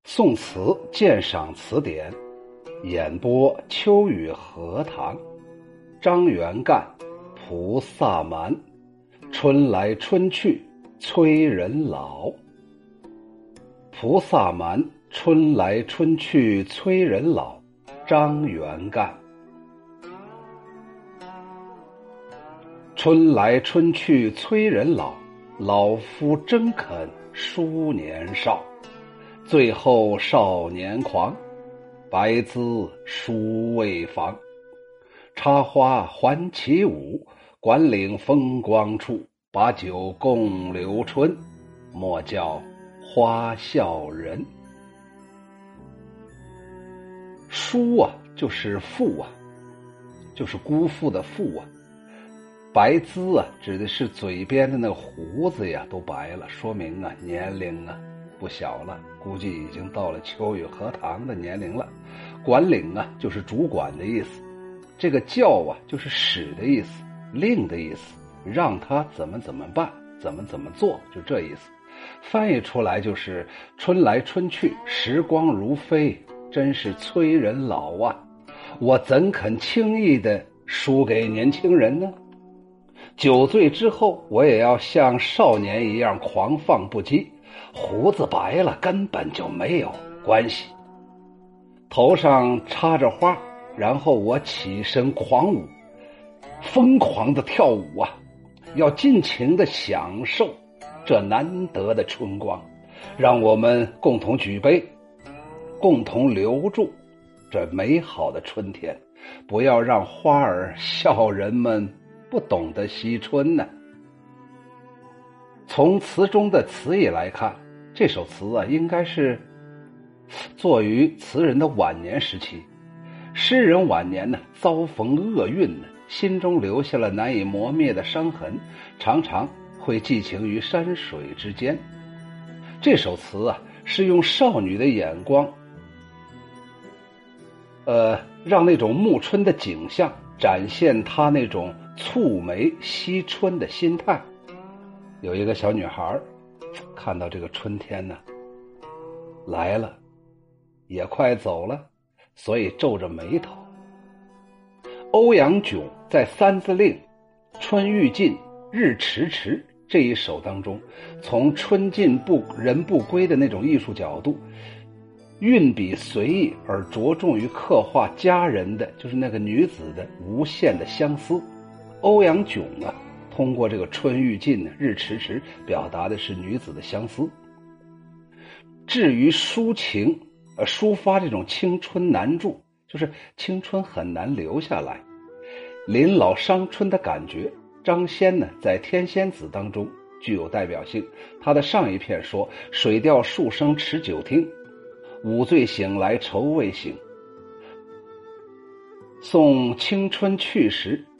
宋词鉴赏词典，演播秋雨荷塘。张元干，菩萨蛮，春来春去催人老。菩萨蛮，春来春去催人老。张元干。春来春去催人老，老夫真肯书年少。最后少年狂，白姿书未妨。插花还起舞，管领风光处。把酒共留春，莫教花笑人。书啊，就是妇啊，就是辜负的妇啊。白姿啊，指的是嘴边的那个胡子呀都白了，说明啊年龄啊不小了，估计已经到了秋雨荷塘的年龄了。管领啊，就是主管的意思。这个教啊，就是使的意思，令的意思，让他怎么办，怎么做，就这意思。翻译出来就是春来春去，时光如飞，真是催人老啊！我怎肯轻易的输给年轻人呢？酒醉之后，我也要像少年一样狂放不羁。胡子白了根本就没有关系，头上插着花，然后我起身狂舞，疯狂的跳舞啊！要尽情的享受这难得的春光，让我们共同举杯，共同留住这美好的春天，不要让花儿笑人们不懂得惜春呢。从词中的词意来看，这首词啊，应该是作于词人的晚年时期。诗人晚年呢，遭逢厄运呢，心中留下了难以磨灭的伤痕，常常会寄情于山水之间。这首词啊，是用少女的眼光，让那种暮春的景象展现她那种蹙眉惜春的心态。有一个小女孩看到这个春天呢来了，也快走了，所以皱着眉头。欧阳炯在三字令春欲尽日迟迟这一首当中，从春尽人不归的那种艺术角度，运笔随意而着重于刻画佳人的，就是那个女子的无限的相思。欧阳炯啊，通过这个春欲尽日迟迟表达的是女子的相思。至于抒情抒发这种青春难驻，就是青春很难留下来，临老伤春的感觉。张先呢，在《天仙子》当中具有代表性。他的上一篇说：水调数声持久听，午醉醒来愁未醒。送青春去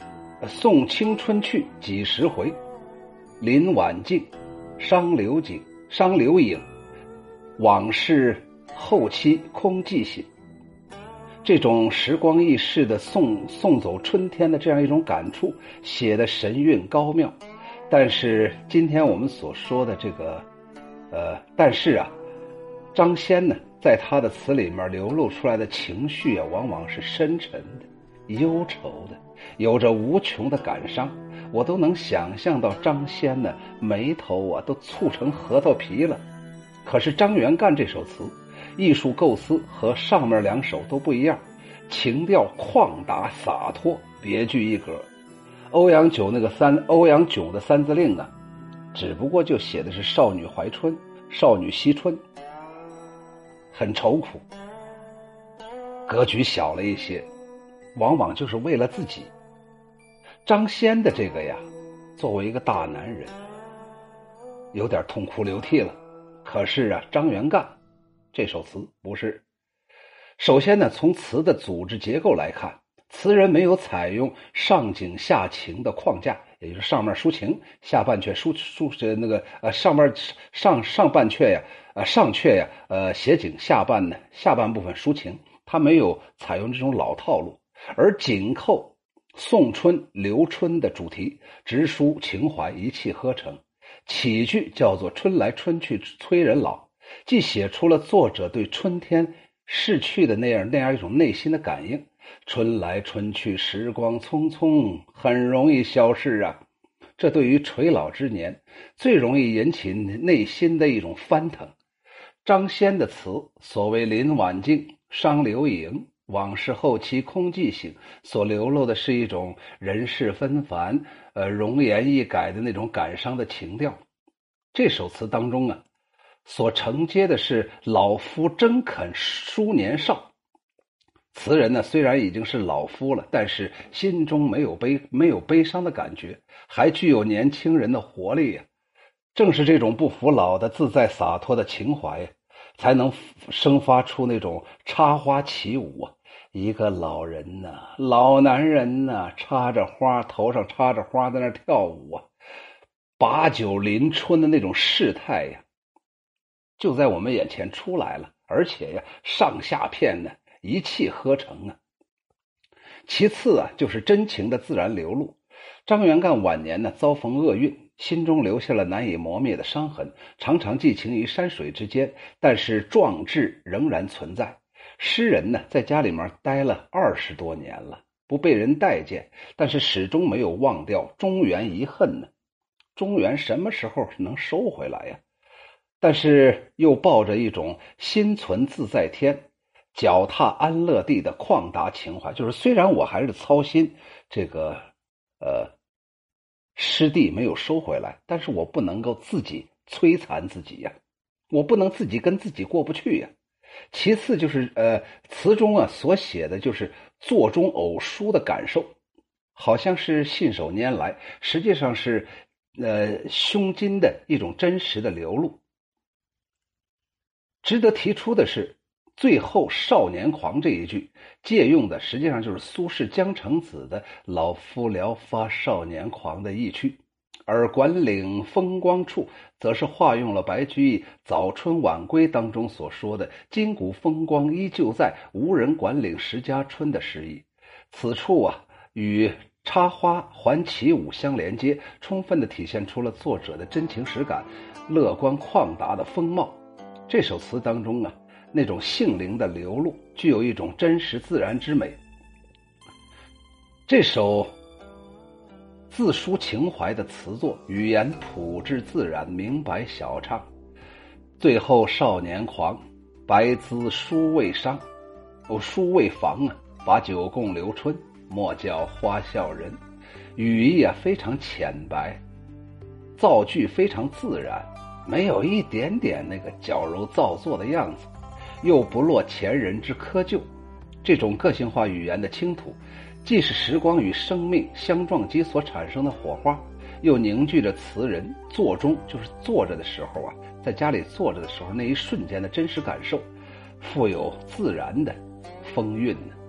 几时回，林晚静，伤流影，往事后期空记醒。这种时光易逝的送走春天的这样一种感触，写的神韵高妙。但是今天我们所说的这个但是啊，张先呢，在他的词里面流露出来的情绪啊，往往是深沉的、忧愁的，有着无穷的感伤。我都能想象到张先呢，眉头啊都蹙成核桃皮了。可是张元干这首词艺术构思和上面两首都不一样，情调旷达洒脱，别具一格。欧阳炯的三字令啊，只不过就写的是少女怀春，少女惜春，很愁苦，格局小了一些，往往就是为了自己。张先的这个呀，作为一个大男人，有点痛哭流涕了。可是啊，张元干这首词不是。首先呢，从词的组织结构来看，词人没有采用上景下情的框架，也就是上面抒情，下半阙上半阙呀，上阙呀，写景，下半部分抒情，他没有采用这种老套路，而紧扣送春留春的主题，直抒情怀，一气呵成。起句叫做春来春去催人老， 既写出了作者对春天逝去的那样一种内心的感应。春来春去，时光匆匆，很容易消逝啊。这对于垂老之年最容易引起内心的一种翻腾。张先的词，所谓林晚静，伤流影，往事后期空寂醒，所流露的是一种人世纷繁，容颜易改的那种感伤的情调。这首词当中啊，所承接的是老夫真肯书年少。词人呢，虽然已经是老夫了，但是心中没有悲伤的感觉，还具有年轻人的活力呀。正是这种不服老的自在洒脱的情怀，才能生发出那种插花起舞啊。一个老人呢，老男人呢，插着花，头上插着花，在那跳舞啊，把酒临春的那种事态呀，就在我们眼前出来了。而且呀，上下片呢，一气呵成啊。其次啊，就是真情的自然流露。张元干晚年呢，遭逢厄运，心中留下了难以磨灭的伤痕，常常寄情于山水之间，但是壮志仍然存在。诗人呢，在家里面待了20多年了，不被人待见，但是始终没有忘掉中原遗恨呢。中原什么时候能收回来呀？但是又抱着一种心存自在天，脚踏安乐地的旷达情怀，就是虽然我还是操心这个失地没有收回来，但是我不能够自己摧残自己呀，我不能自己跟自己过不去呀。其次就是词中啊所写的就是座中偶书的感受，好像是信手拈来，实际上是胸襟的一种真实的流露。值得提出的是，最后少年狂这一句借用的实际上就是苏轼江城子的老夫聊发少年狂的意趣，而管岭风光处则是化用了白居易早春晚归当中所说的今古风光依旧在，无人管岭十家春的诗意。此处啊与插花还起舞相连接，充分地体现出了作者的真情实感，乐观旷达的风貌。这首词当中啊，那种性灵的流露，具有一种真实自然之美。这首自抒情怀的词作，语言朴质自然，明白晓畅。最后少年狂，白姿书未伤，书未妨啊，把酒共留春，莫教花笑人。语意啊非常浅白，造句非常自然，没有一点点那个矫揉造作的样子，又不落前人之窠臼。这种个性化语言的倾吐，既是时光与生命相撞击所产生的火花，又凝聚着词人坐中，就是坐着的时候啊，在家里坐着的时候那一瞬间的真实感受，富有自然的风韵呢。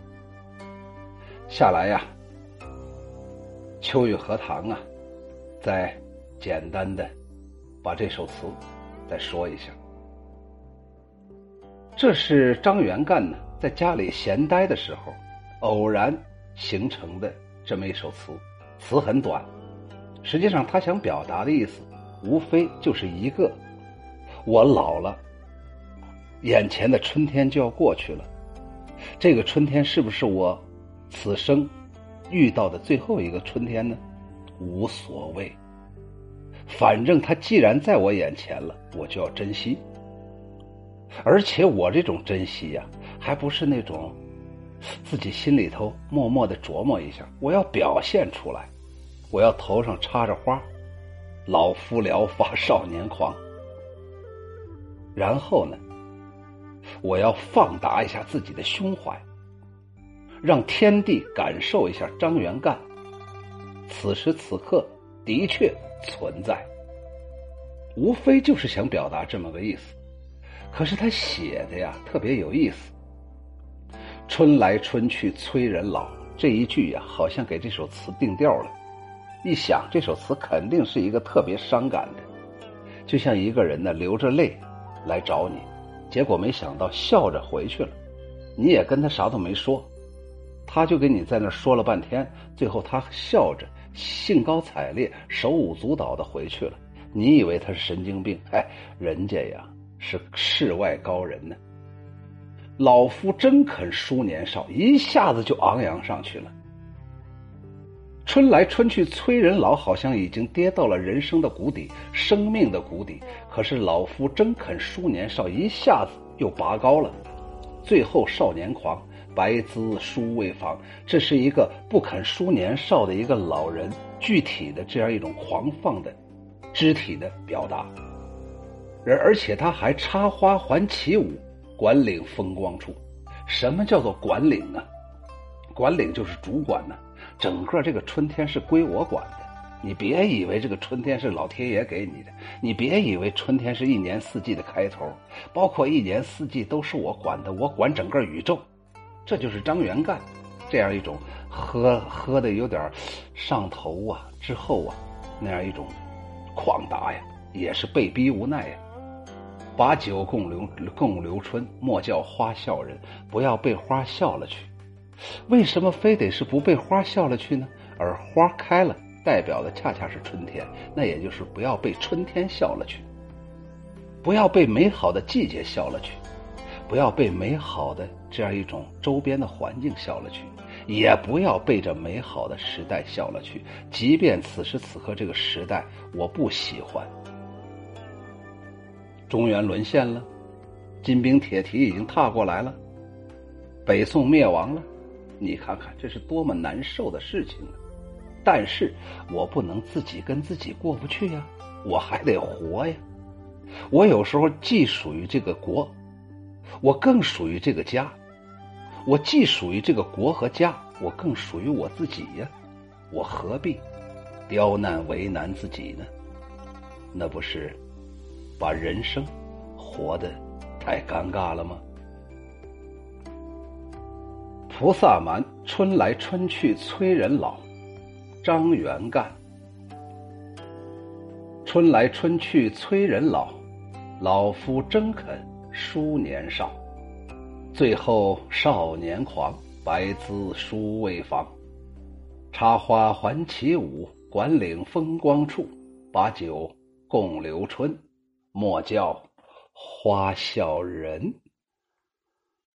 下来呀，秋雨荷塘啊，再简单的把这首词再说一下。这是张元干呢在家里闲呆的时候偶然形成的这么一首词，词很短，实际上他想表达的意思无非就是一个，我老了，眼前的春天就要过去了，这个春天是不是我此生遇到的最后一个春天呢？无所谓，反正它既然在我眼前了，我就要珍惜。而且我这种珍惜呀，还不是那种自己心里头默默的琢磨一下，我要表现出来，我要头上插着花，老夫聊发少年狂。然后呢，我要放达一下自己的胸怀，让天地感受一下张元干此时此刻的确存在，无非就是想表达这么个意思。可是他写的呀特别有意思，春来春去催人老，这一句呀好像给这首词定调了。一想这首词肯定是一个特别伤感的，就像一个人呢流着泪来找你，结果没想到笑着回去了，你也跟他啥都没说，他就跟你在那说了半天，最后他笑着兴高采烈手舞足蹈的回去了。你以为他是神经病，人家呀是世外高人呢。老夫真肯输年少，一下子就昂扬上去了。春来春去催人老，好像已经跌到了人生的谷底，生命的谷底。可是老夫真肯输年少，一下子又拔高了。最后少年狂，白兹书未妨。这是一个不肯输年少的一个老人具体的这样一种狂放的肢体的表达。而且他还插花还起舞，管领风光处。什么叫做管领啊？管领就是主管呢。整个这个春天是归我管的，你别以为这个春天是老天爷给你的，你别以为春天是一年四季的开头，包括一年四季都是我管的，我管整个宇宙。这就是张元干这样一种喝的有点上头啊之后啊那样一种旷达呀，也是被逼无奈呀。把酒共留春，莫叫花笑人。不要被花笑了去。为什么非得是不被花笑了去呢？而花开了代表的恰恰是春天，那也就是不要被春天笑了去，不要被美好的季节笑了去，不要被美好的这样一种周边的环境笑了去，也不要被这美好的时代笑了去，即便此时此刻这个时代我不喜欢。中原沦陷了，金兵铁蹄已经踏过来了，北宋灭亡了，你看看这是多么难受的事情啊！但是我不能自己跟自己过不去呀，我还得活呀。我有时候既属于这个国，我更属于这个家。我既属于这个国和家，我更属于我自己呀。我何必刁难为难自己呢？那不是把人生活得太尴尬了吗？菩萨蛮，春来春去催人老。张元干。春来春去催人老，老夫真肯输年少。最后少年狂，白兹书未妨。插花还起舞，管领风光处。把酒共留春，莫叫花笑人。